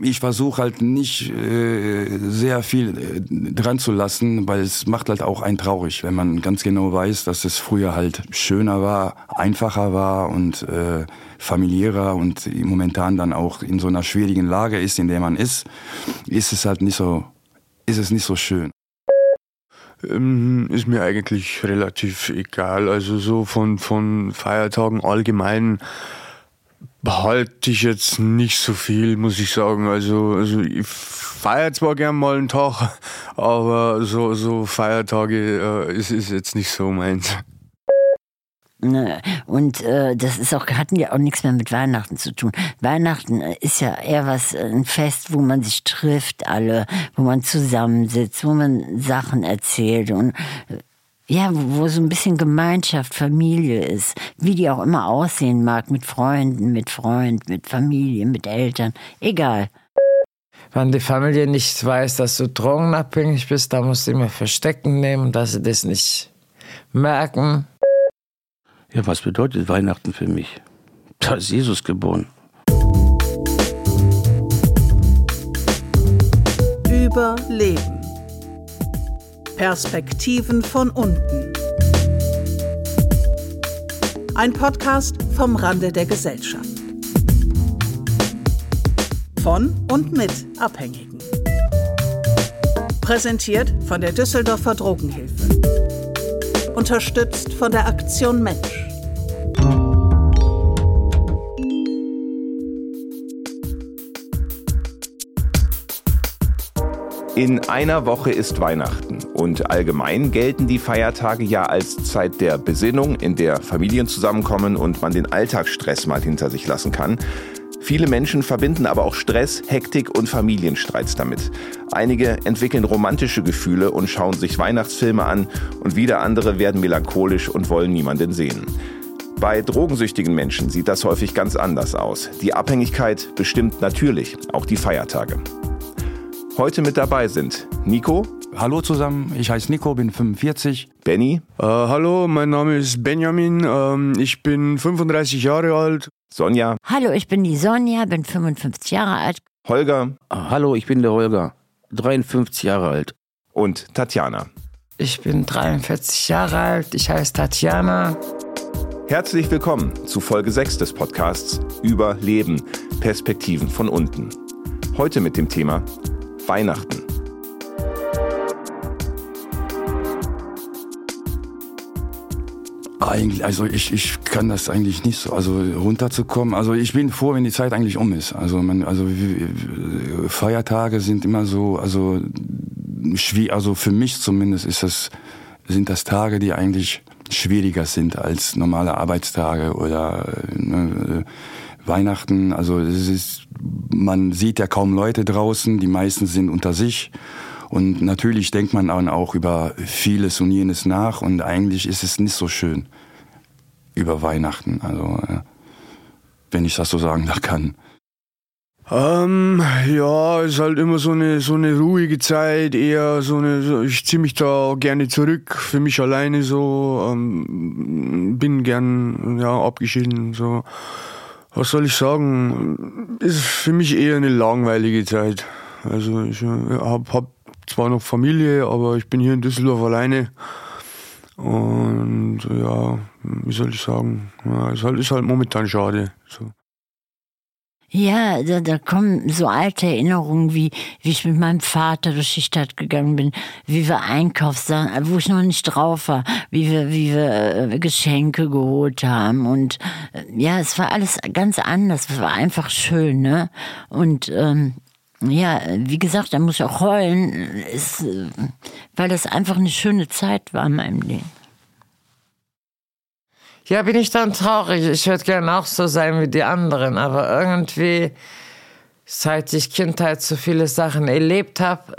Ich versuche halt nicht sehr viel dran zu lassen, weil es macht halt auch einen traurig, wenn man ganz genau weiß, dass es früher halt schöner war, einfacher war und familiärer und momentan dann auch in so einer schwierigen Lage ist, in der man ist es halt nicht so, ist es nicht so schön. Ist mir eigentlich relativ egal. Also so von Feiertagen allgemein behalte ich jetzt nicht so viel, muss ich sagen. Also ich feiere zwar gern mal einen Tag, aber so Feiertage ist jetzt nicht so meins. Und das ist auch, hatten ja auch nichts mehr mit Weihnachten zu tun. Weihnachten ist ja eher ein Fest, wo man sich trifft, alle, wo man zusammensitzt, wo man Sachen erzählt und ja, wo so ein bisschen Gemeinschaft, Familie ist, wie die auch immer aussehen mag, mit Freunden, mit Freund, mit Familie, mit Eltern, egal. Wenn die Familie nicht weiß, dass du drogenabhängig bist, dann musst du immer Verstecken nehmen, dass sie das nicht merken. Ja, was bedeutet Weihnachten für mich? Da ist Jesus geboren. Überleben. Perspektiven von unten. Ein Podcast vom Rande der Gesellschaft. Von und mit Abhängigen. Präsentiert von der Düsseldorfer Drogenhilfe. Unterstützt von der Aktion Mensch. In einer Woche ist Weihnachten und allgemein gelten die Feiertage ja als Zeit der Besinnung, in der Familien zusammenkommen und man den Alltagsstress mal hinter sich lassen kann. Viele Menschen verbinden aber auch Stress, Hektik und Familienstreits damit. Einige entwickeln romantische Gefühle und schauen sich Weihnachtsfilme an und wieder andere werden melancholisch und wollen niemanden sehen. Bei drogensüchtigen Menschen sieht das häufig ganz anders aus. Die Abhängigkeit bestimmt natürlich auch die Feiertage. Heute mit dabei sind Nico. Hallo zusammen, ich heiße Nico, bin 45. Benny. Hallo, mein Name ist Benjamin, ich bin 35 Jahre alt. Sonja. Hallo, ich bin die Sonja, bin 55 Jahre alt. Holger. Hallo, ich bin der Holger, 53 Jahre alt. Und Tatjana. Ich bin 43 Jahre alt, ich heiße Tatjana. Herzlich willkommen zu Folge 6 des Podcasts Überleben, Perspektiven von unten. Heute mit dem Thema Weihnachten. Eigentlich, also ich kann das eigentlich nicht so, also runterzukommen. Also ich bin froh, wenn die Zeit eigentlich um ist. Also Feiertage sind immer so, also schwierig, also für mich zumindest sind das Tage, die eigentlich schwieriger sind als normale Arbeitstage oder Weihnachten. Also man sieht ja kaum Leute draußen, die meisten sind unter sich. Und natürlich denkt man dann auch über vieles und jenes nach und eigentlich ist es nicht so schön über Weihnachten, also wenn ich das so sagen kann. Ja, ist halt immer so eine ruhige Zeit, eher ich ziehe mich da gerne zurück, für mich alleine so, bin gern abgeschieden, so. Was soll ich sagen, ist für mich eher eine langweilige Zeit. Also ich hab zwar noch Familie, aber ich bin hier in Düsseldorf alleine. Und ja, wie soll ich sagen, ja, ist halt momentan schade. So. Ja, da kommen so alte Erinnerungen, wie ich mit meinem Vater durch die Stadt gegangen bin, wie wir Einkaufssachen, wo ich noch nicht drauf war, wie wir Geschenke geholt haben und ja, es war alles ganz anders, es war einfach schön, ne? Und ja, wie gesagt, da muss ich auch heulen, weil das einfach eine schöne Zeit war in meinem Leben. Ja, bin ich dann traurig. Ich würde gerne auch so sein wie die anderen, aber irgendwie, seit ich Kindheit so viele Sachen erlebt habe,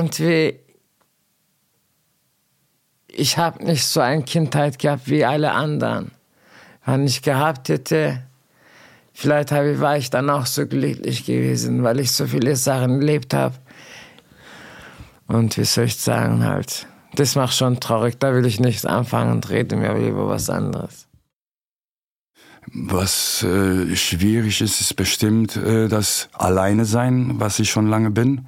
ich habe nicht so eine Kindheit gehabt wie alle anderen. Wenn ich gehabt hätte, vielleicht war ich dann auch so glücklich gewesen, weil ich so viele Sachen erlebt habe. Und wie soll ich sagen, halt, das macht schon traurig. Da will ich nichts anfangen und rede mir über was anderes. Was schwierig ist, ist bestimmt das Alleine sein, was ich schon lange bin.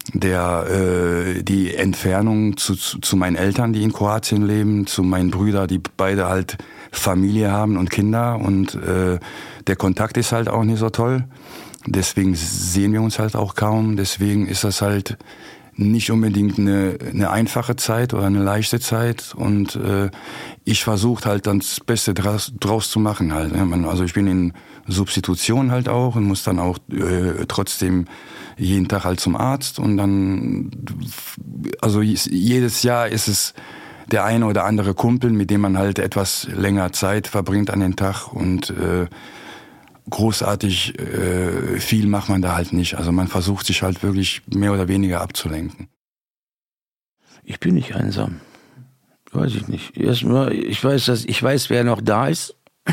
Die Entfernung zu meinen Eltern, die in Kroatien leben, zu meinen Brüdern, die beide halt Familie haben und Kinder, und der Kontakt ist halt auch nicht so toll. Deswegen sehen wir uns halt auch kaum. Deswegen ist das halt nicht unbedingt eine einfache Zeit oder eine leichte Zeit, und ich versuche halt dann das Beste draus zu machen halt. Also ich bin in Substitution halt auch und muss dann auch trotzdem jeden Tag halt zum Arzt, und dann, also jedes Jahr ist es der eine oder andere Kumpel, mit dem man halt etwas länger Zeit verbringt an den Tag, und großartig viel macht man da halt nicht. Also man versucht sich halt wirklich mehr oder weniger abzulenken. Ich bin nicht einsam. Weiß ich nicht. Erstmal, ich weiß, wer noch da ist.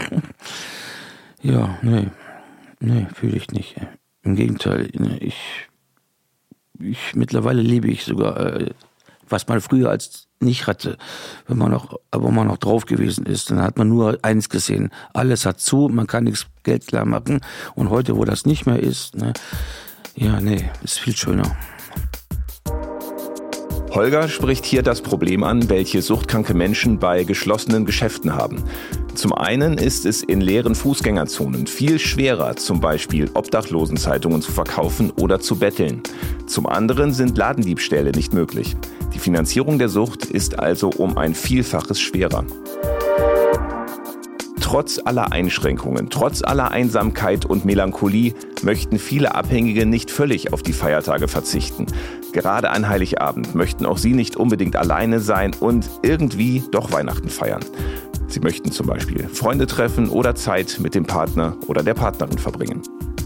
Ja, nee, fühle ich nicht. Im Gegenteil, mittlerweile liebe ich sogar, was man früher als nicht hatte. Wenn man noch drauf gewesen ist, dann hat man nur eins gesehen. Alles hat zu, man kann nichts Geld klar machen. Und heute, wo das nicht mehr ist, ist viel schöner. Holger spricht hier das Problem an, welche suchtkranke Menschen bei geschlossenen Geschäften haben. Zum einen ist es in leeren Fußgängerzonen viel schwerer, zum Beispiel Obdachlosenzeitungen zu verkaufen oder zu betteln. Zum anderen sind Ladendiebstähle nicht möglich. Die Finanzierung der Sucht ist also um ein Vielfaches schwerer. Trotz aller Einschränkungen, trotz aller Einsamkeit und Melancholie möchten viele Abhängige nicht völlig auf die Feiertage verzichten. Gerade an Heiligabend möchten auch sie nicht unbedingt alleine sein und irgendwie doch Weihnachten feiern. Sie möchten zum Beispiel Freunde treffen oder Zeit mit dem Partner oder der Partnerin verbringen.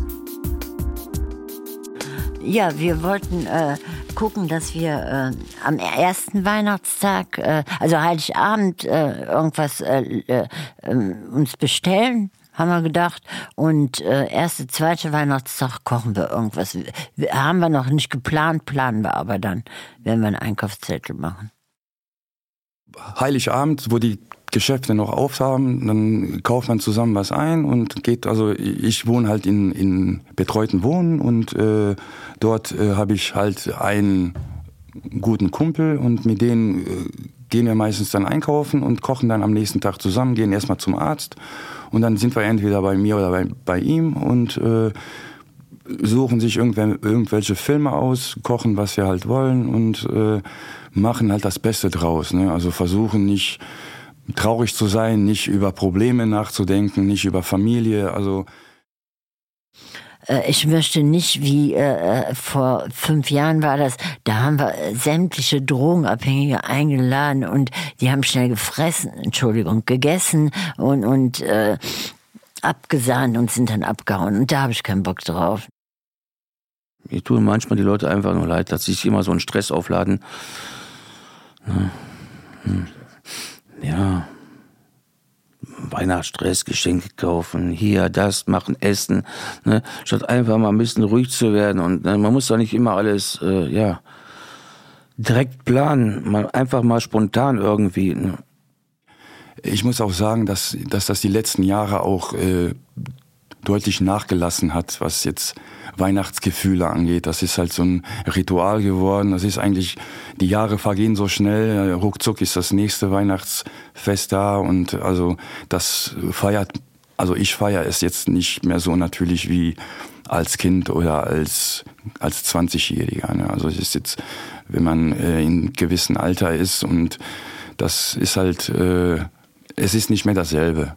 Ja, wir wollten gucken, dass wir am ersten Weihnachtstag, also Heiligabend, irgendwas uns bestellen, haben wir gedacht. Und erste, zweite Weihnachtstag kochen wir irgendwas. Haben wir noch nicht geplant, planen wir aber dann, wenn wir einen Einkaufszettel machen. Heiligabend, wo die Geschäfte noch aufhaben, dann kauft man zusammen was ein und geht, also ich wohne halt in betreuten Wohnen, und dort habe ich halt einen guten Kumpel, und mit denen gehen wir meistens dann einkaufen und kochen dann am nächsten Tag zusammen, gehen erstmal zum Arzt, und dann sind wir entweder bei mir oder bei ihm und suchen sich irgendwelche Filme aus, kochen, was wir halt wollen, und machen halt das Beste draus, ne? Also versuchen nicht traurig zu sein, nicht über Probleme nachzudenken, nicht über Familie, also ich möchte nicht, wie vor 5 Jahren war das, da haben wir sämtliche Drogenabhängige eingeladen und die haben schnell gegessen und abgesahnt und sind dann abgehauen, und da habe ich keinen Bock drauf. Mir tun manchmal die Leute einfach nur leid, dass sie sich immer so einen Stress aufladen. Ja, Weihnachtsstress, Geschenke kaufen, hier, das, machen, essen, ne? Statt einfach mal ein bisschen ruhig zu werden, und man muss doch nicht immer alles, direkt planen, einfach mal spontan irgendwie, ne? Ich muss auch sagen, dass das die letzten Jahre auch deutlich nachgelassen hat, was jetzt Weihnachtsgefühle angeht. Das ist halt so ein Ritual geworden. Das ist eigentlich, die Jahre vergehen so schnell. Ruckzuck ist das nächste Weihnachtsfest da, und also ich feiere es jetzt nicht mehr so natürlich wie als Kind oder als 20-Jähriger. Ne? Also es ist jetzt, wenn man in einem gewissen Alter ist, und das ist halt, es ist nicht mehr dasselbe.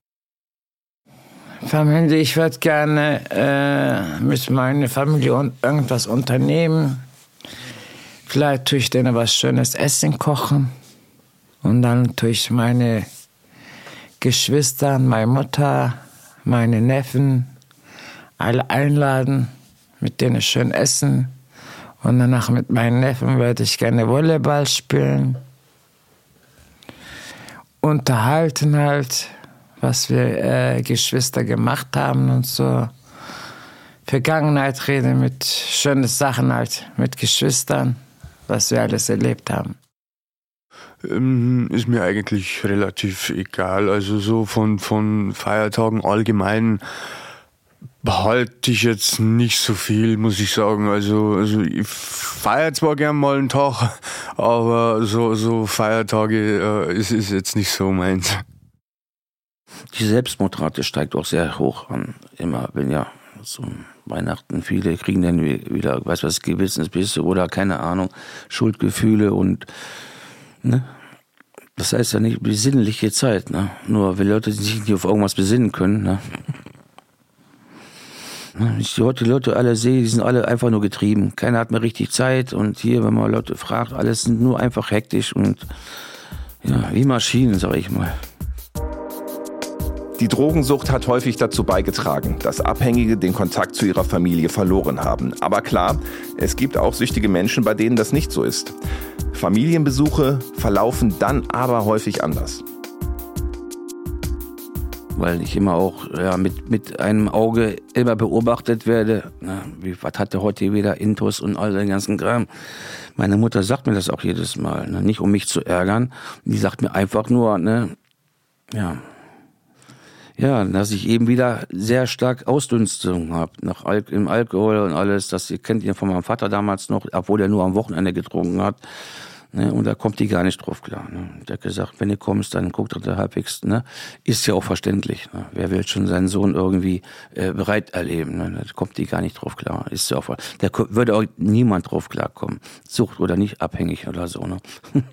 Familie, ich würde gerne mit meiner Familie irgendwas unternehmen. Vielleicht tue ich denen was Schönes Essen kochen. Und dann tue ich meine Geschwister, meine Mutter, meine Neffen alle einladen, mit denen schön essen. Und danach mit meinen Neffen würde ich gerne Volleyball spielen. Unterhalten halt, was wir Geschwister gemacht haben und so. Vergangenheit reden mit schönen Sachen halt, mit Geschwistern, was wir alles erlebt haben. ist mir eigentlich relativ egal. Also so von Feiertagen allgemein behalte ich jetzt nicht so viel, muss ich sagen. Also ich feiere zwar gern mal einen Tag, aber so Feiertage ist jetzt nicht so meins. Die Selbstmordrate steigt auch sehr hoch an. Immer, wenn ja so Weihnachten, viele kriegen dann wieder, weiß was, Gewissensbisse oder keine Ahnung, Schuldgefühle und, ne? Das heißt ja nicht besinnliche Zeit, ne? Nur wenn Leute sich nicht auf irgendwas besinnen können, ne? Ich heute die Leute alle sehe, die sind alle einfach nur getrieben. Keiner hat mehr richtig Zeit und hier, wenn man Leute fragt, alles sind nur einfach hektisch und ja, wie Maschinen, sag ich mal. Die Drogensucht hat häufig dazu beigetragen, dass Abhängige den Kontakt zu ihrer Familie verloren haben. Aber klar, es gibt auch süchtige Menschen, bei denen das nicht so ist. Familienbesuche verlaufen dann aber häufig anders. Weil ich immer auch mit einem Auge immer beobachtet werde. Na, was hat der heute wieder Intus und all den ganzen Kram. Meine Mutter sagt mir das auch jedes Mal, ne? Nicht um mich zu ärgern. Die sagt mir einfach nur, ne, ja, dass ich eben wieder sehr stark Ausdünstung habe im Alkohol und alles. Das kennt ihr von meinem Vater damals noch, obwohl er nur am Wochenende getrunken hat. Ne, und da kommt die gar nicht drauf klar. Ne. Der hat gesagt, wenn du kommst, dann guckt er halbwegs. Ne. Ist ja auch verständlich. Ne. Wer will schon seinen Sohn irgendwie bereit erleben? Ne. Da kommt die gar nicht drauf klar. Ist ja auch, da würde auch niemand drauf klarkommen. Sucht oder nicht abhängig oder so. Ne.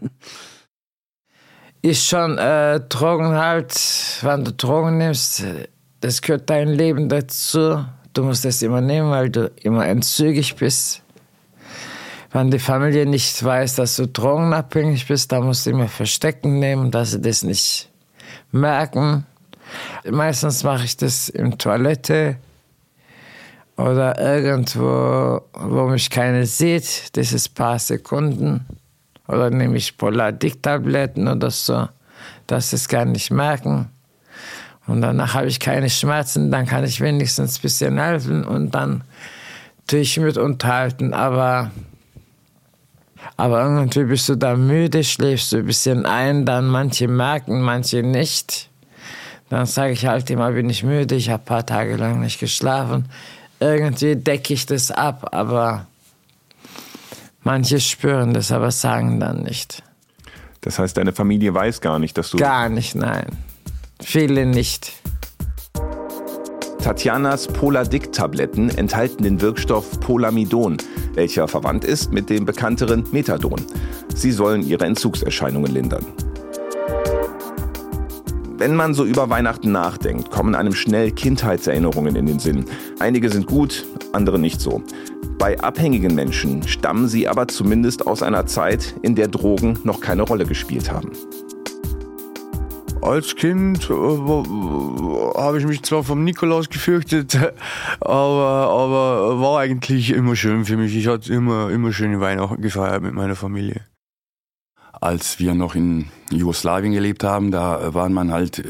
Ist schon Drogen halt, wenn du Drogen nimmst, das gehört dein Leben dazu. Du musst das immer nehmen, weil du immer entzügig bist. Wenn die Familie nicht weiß, dass du drogenabhängig bist, dann musst du immer Verstecken nehmen, dass sie das nicht merken. Meistens mache ich das in der Toilette oder irgendwo, wo mich keiner sieht. Das ist ein paar Sekunden. Oder nehme ich Poladic-Tabletten oder so, dass sie es gar nicht merken. Und danach habe ich keine Schmerzen, dann kann ich wenigstens ein bisschen helfen und dann tue ich mit unterhalten. Aber irgendwie bist du da müde, schläfst du ein bisschen ein, dann manche merken, manche nicht. Dann sage ich halt immer, bin ich müde, ich habe ein paar Tage lang nicht geschlafen. Irgendwie decke ich das ab, aber manche spüren das, aber sagen dann nicht. Das heißt, deine Familie weiß gar nicht, dass du... Gar nicht, nein. Viele nicht. Tatjanas Poladic-Tabletten enthalten den Wirkstoff Polamidon, welcher verwandt ist mit dem bekannteren Methadon. Sie sollen ihre Entzugserscheinungen lindern. Wenn man so über Weihnachten nachdenkt, kommen einem schnell Kindheitserinnerungen in den Sinn. Einige sind gut, andere nicht so. Bei abhängigen Menschen stammen sie aber zumindest aus einer Zeit, in der Drogen noch keine Rolle gespielt haben. Als Kind habe ich mich zwar vom Nikolaus gefürchtet, aber war eigentlich immer schön für mich. Ich hatte immer schöne Weihnachten gefeiert mit meiner Familie. Als wir noch in Jugoslawien gelebt haben, da war man halt,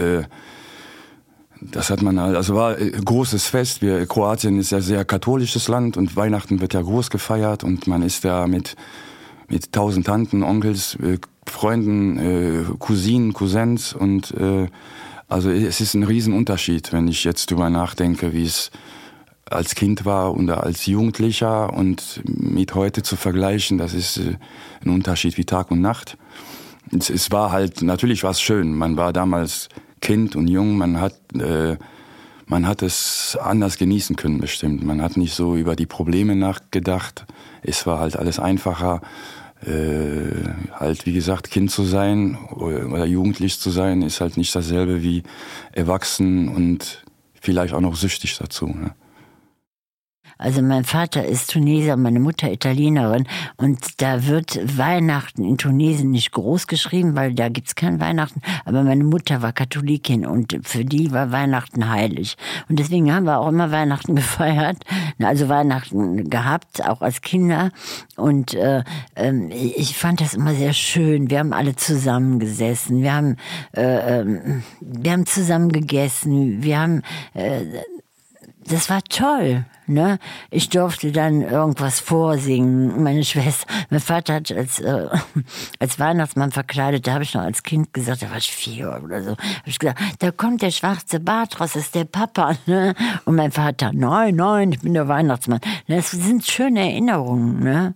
war ein großes Fest. Kroatien ist ja ein sehr katholisches Land und Weihnachten wird ja groß gefeiert und man ist da mit 1000 Tanten, Onkels, Freunden, Cousinen, Cousins und also es ist ein Riesenunterschied, wenn ich jetzt drüber nachdenke, wie es als Kind war oder als Jugendlicher und mit heute zu vergleichen, das ist ein Unterschied wie Tag und Nacht. Es war halt, natürlich war es schön, man war damals Kind und jung, man hat es anders genießen können bestimmt. Man hat nicht so über die Probleme nachgedacht, es war halt alles einfacher. Halt wie gesagt, Kind zu sein oder jugendlich zu sein, ist halt nicht dasselbe wie erwachsen und vielleicht auch noch süchtig dazu. Ne? Also mein Vater ist Tunesier, meine Mutter Italienerin und da wird Weihnachten in Tunesien nicht groß geschrieben, weil da gibt's kein Weihnachten, aber meine Mutter war Katholikin und für die war Weihnachten heilig und deswegen haben wir auch immer Weihnachten gefeiert, also Weihnachten gehabt, auch als Kinder und ich fand das immer sehr schön, wir haben alle zusammengesessen, wir haben zusammen gegessen, wir haben das war toll, ne? Ich durfte dann irgendwas vorsingen. Meine Schwester, mein Vater hat als Weihnachtsmann verkleidet, da habe ich noch als Kind gesagt, da war ich 4 oder so, habe ich gesagt, da kommt der schwarze Bart raus, das ist der Papa, ne? Und mein Vater, nein, ich bin der Weihnachtsmann. Das sind schöne Erinnerungen, ne?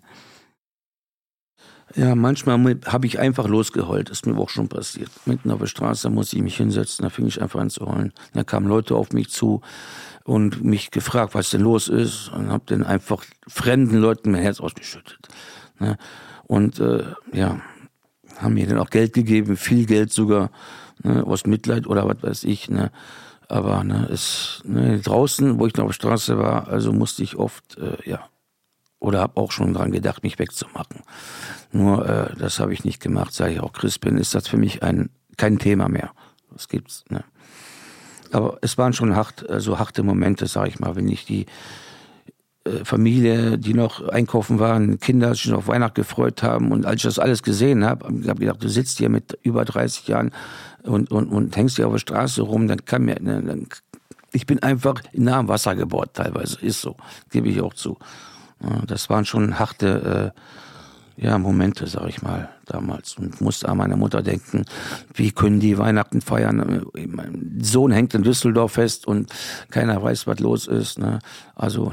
Ja, manchmal habe ich einfach losgeheult. Ist mir auch schon passiert. Mitten auf der Straße musste ich mich hinsetzen, da fing ich einfach an zu heulen. Da kamen Leute auf mich zu und mich gefragt, was denn los ist. Und habe dann einfach fremden Leuten mein Herz ausgeschüttet. Ne? Und haben mir dann auch Geld gegeben, viel Geld sogar, ne? Aus Mitleid oder was weiß ich. Ne? Aber draußen, wo ich noch auf der Straße war, also musste ich oft, oder habe auch schon dran gedacht, mich wegzumachen. Nur das habe ich nicht gemacht. Seit ich auch Christ bin, ist das für mich kein Thema mehr. Das gibt's. Ne? Aber es waren schon harte Momente, sage ich mal, wenn ich die Familie, die noch einkaufen waren, Kinder sich auf Weihnachten gefreut haben, und als ich das alles gesehen habe, habe ich gedacht, du sitzt hier mit über 30 Jahren und hängst hier auf der Straße rum, ich bin einfach nah am Wasser gebohrt teilweise, ist so, gebe ich auch zu. Das waren schon harte Momente, sag ich mal, damals. Und musste an meine Mutter denken, wie können die Weihnachten feiern? Mein Sohn hängt in Düsseldorf fest und keiner weiß, was los ist. Ne? Also,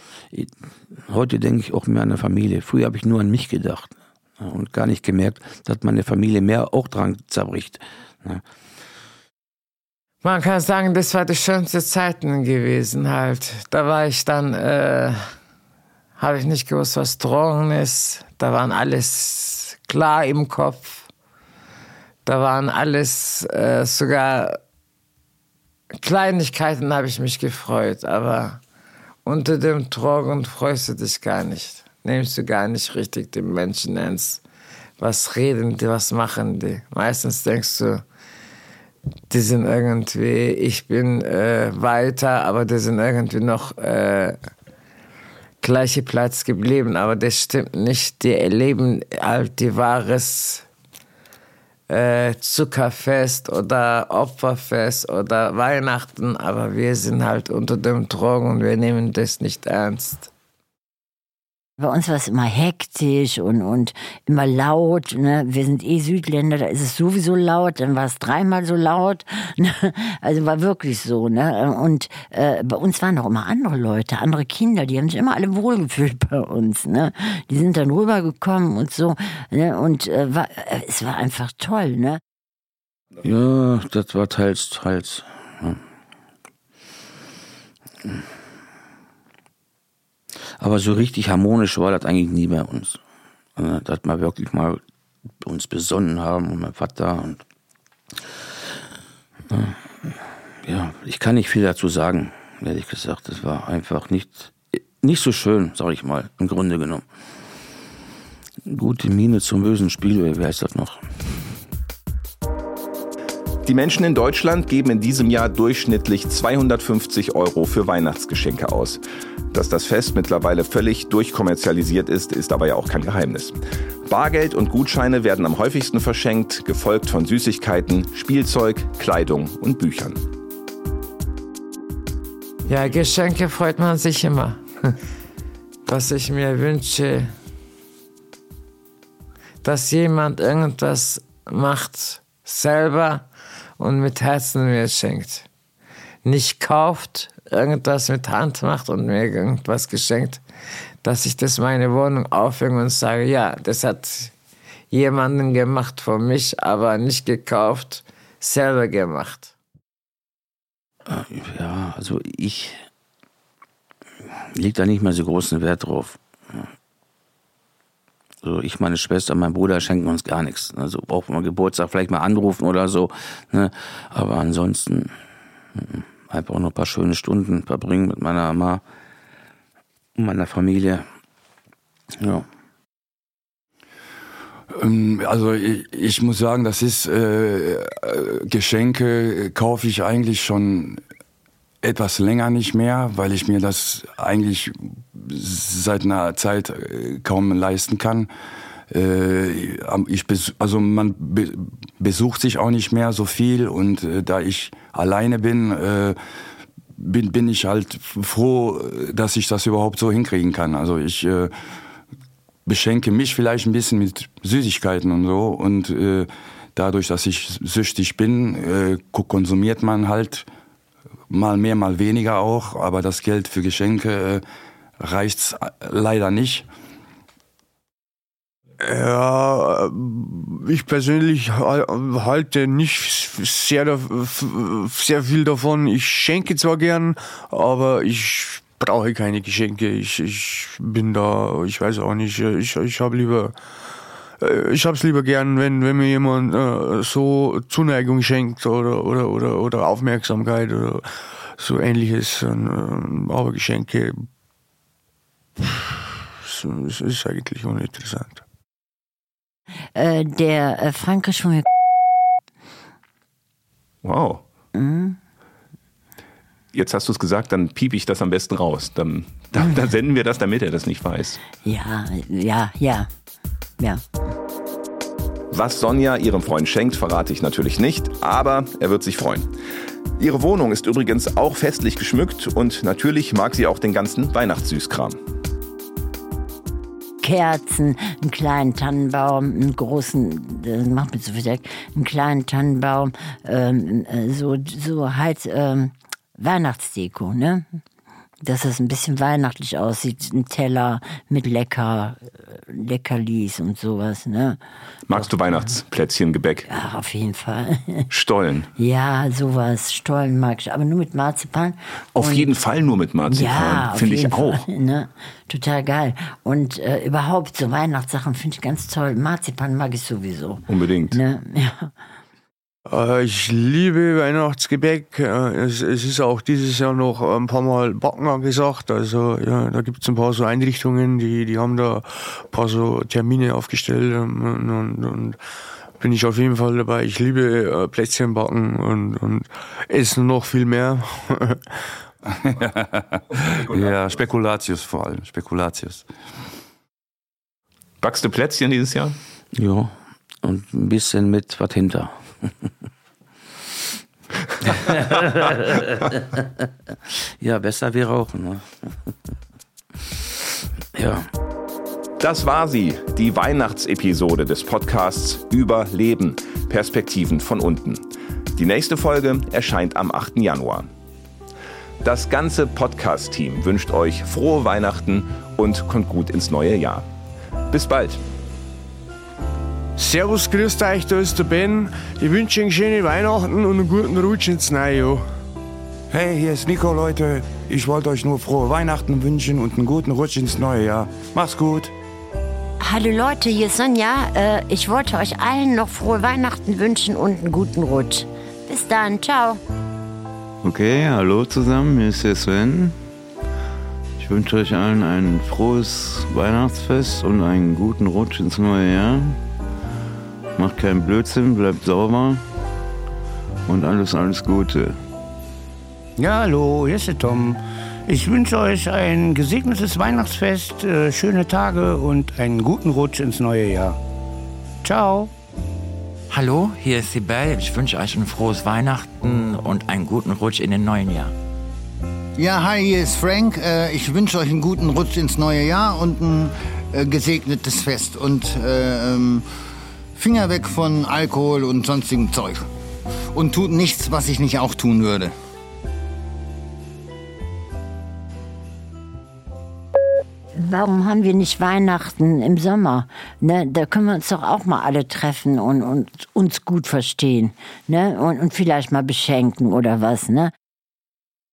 heute denke ich auch mehr an eine Familie. Früher habe ich nur an mich gedacht und gar nicht gemerkt, dass meine Familie mehr auch dran zerbricht. Ne? Man kann sagen, das war die schönste Zeiten gewesen halt. Da war ich dann... habe ich nicht gewusst, was Drogen ist. Da waren alles klar im Kopf. Da waren alles, sogar Kleinigkeiten habe ich mich gefreut. Aber unter dem Drogen freust du dich gar nicht. Nimmst du gar nicht richtig die Menschen ernst. Was reden die, was machen die? Meistens denkst du, die sind irgendwie, ich bin weiter, aber die sind irgendwie noch... gleiche Platz geblieben, aber das stimmt nicht. Die erleben halt die wahres Zuckerfest oder Opferfest oder Weihnachten, aber wir sind halt unter dem Drogen und wir nehmen das nicht ernst. Bei uns war es immer hektisch und immer laut. Ne? Wir sind Südländer, da ist es sowieso laut, dann war es 3-mal so laut. Ne? Also war wirklich so. Ne? Und bei uns waren auch immer andere Leute, andere Kinder, die haben sich immer alle wohlgefühlt bei uns. Ne? Die sind dann rübergekommen und so. Ne? Und es war einfach toll. Ne? Ja, das war teils. Ja. Aber so richtig harmonisch war das eigentlich nie bei uns. Dass wir wirklich mal uns besonnen haben und mein Vater. Und ich kann nicht viel dazu sagen, ehrlich gesagt. Das war einfach nicht so schön, sag ich mal, im Grunde genommen. Gute Miene zum bösen Spiel, wie heißt das noch? Die Menschen in Deutschland geben in diesem Jahr durchschnittlich 250 € für Weihnachtsgeschenke aus. Dass das Fest mittlerweile völlig durchkommerzialisiert ist aber ja auch kein Geheimnis. Bargeld und Gutscheine werden am häufigsten verschenkt, gefolgt von Süßigkeiten, Spielzeug, Kleidung und Büchern. Ja, Geschenke freut man sich immer. Was ich mir wünsche, dass jemand irgendwas macht selber und mit Herzen mir schenkt. Nicht kauft, irgendwas mit Hand macht und mir irgendwas geschenkt, dass ich das meine Wohnung aufhänge und sage, ja, das hat jemanden gemacht für mich, aber nicht gekauft, selber gemacht. Ja, also ich lege da nicht mehr so großen Wert drauf. Also ich, meine Schwester, mein Bruder schenken uns gar nichts. Also auch mal Geburtstag vielleicht mal anrufen oder so. Ne? Aber ansonsten einfach nur ein paar schöne Stunden verbringen mit meiner Mama und meiner Familie. Ja. Also ich muss sagen, das ist Geschenke kaufe ich eigentlich schon etwas länger nicht mehr, weil ich mir das eigentlich seit einer Zeit kaum leisten kann. Man besucht sich auch nicht mehr so viel und da ich alleine bin, bin ich halt froh, dass ich das überhaupt so hinkriegen kann. Also ich beschenke mich vielleicht ein bisschen mit Süßigkeiten und so und dadurch, dass ich süchtig bin, konsumiert man halt mal mehr, mal weniger auch, aber das Geld für Geschenke reicht's leider nicht. Ja, ich persönlich halte nicht sehr viel davon. Ich schenke zwar gern, aber ich brauche keine Geschenke. Ich bin da, ich weiß auch nicht, ich hab's lieber gern, wenn mir jemand so Zuneigung schenkt oder Aufmerksamkeit oder so Ähnliches. Aber Geschenke, es ist eigentlich uninteressant. Der Frank ist von mir. Wow. Mhm. Jetzt hast du es gesagt, dann piep ich das am besten raus. Dann senden wir das, damit er das nicht weiß. Ja. Was Sonja ihrem Freund schenkt, verrate ich natürlich nicht, aber er wird sich freuen. Ihre Wohnung ist übrigens auch festlich geschmückt und natürlich mag sie auch den ganzen Weihnachtssüßkram. Kerzen, einen kleinen Tannenbaum, einen großen, das macht mir zu viel Dreck, einen kleinen Tannenbaum, so halt Weihnachtsdeko, ne? Dass es ein bisschen weihnachtlich aussieht, ein Teller mit Leckerlis und sowas, ne? Magst du Weihnachtsplätzchen, Gebäck? Ja, auf jeden Fall. Stollen? Ja, sowas, Stollen mag ich, aber nur mit Marzipan. Auf jeden Fall nur mit Marzipan, ja, finde ich auch. Fall, ne? Total geil. Und überhaupt so Weihnachtssachen finde ich ganz toll. Marzipan mag ich sowieso. Unbedingt. Ne? Ja. Ich liebe Weihnachtsgebäck. Es ist auch dieses Jahr noch ein paar Mal Backen angesagt. Also ja, da gibt es ein paar so Einrichtungen, die haben da ein paar so Termine aufgestellt und bin ich auf jeden Fall dabei. Ich liebe Plätzchen backen und essen noch viel mehr. Ja, Spekulatius vor allem, Spekulatius. Backst du Plätzchen dieses Jahr? Ja, und ein bisschen mit was hinter. Ja, besser wie Rauchen. Ne? Ja. Das war sie, die Weihnachtsepisode des Podcasts Überleben, Perspektiven von unten. Die nächste Folge erscheint am 8. Januar. Das ganze Podcast-Team wünscht euch frohe Weihnachten und kommt gut ins neue Jahr. Bis bald. Servus, grüßt euch, da ist der Ben. Ich wünsche Ihnen schöne Weihnachten und einen guten Rutsch ins neue Jahr. Hey, hier ist Nico, Leute. Ich wollte euch nur frohe Weihnachten wünschen und einen guten Rutsch ins neue Jahr. Macht's gut. Hallo Leute, hier ist Sonja. Ich wollte euch allen noch frohe Weihnachten wünschen und einen guten Rutsch. Bis dann, ciao. Okay, hallo zusammen, hier ist der Sven. Ich wünsche euch allen ein frohes Weihnachtsfest und einen guten Rutsch ins neue Jahr. Macht keinen Blödsinn, bleibt sauber und alles Gute. Ja, hallo, hier ist der Tom. Ich wünsche euch ein gesegnetes Weihnachtsfest, schöne Tage und einen guten Rutsch ins neue Jahr. Ciao. Hallo, hier ist Sibel. Ich wünsche euch ein frohes Weihnachten und einen guten Rutsch in den neuen Jahr. Ja, hi, hier ist Frank. Ich wünsche euch einen guten Rutsch ins neue Jahr und ein gesegnetes Fest. Und Finger weg von Alkohol und sonstigem Zeug. Und tut nichts, was ich nicht auch tun würde. Warum haben wir nicht Weihnachten im Sommer? Ne, da können wir uns doch auch mal alle treffen und uns gut verstehen. Ne? Und vielleicht mal beschenken oder was. Ne?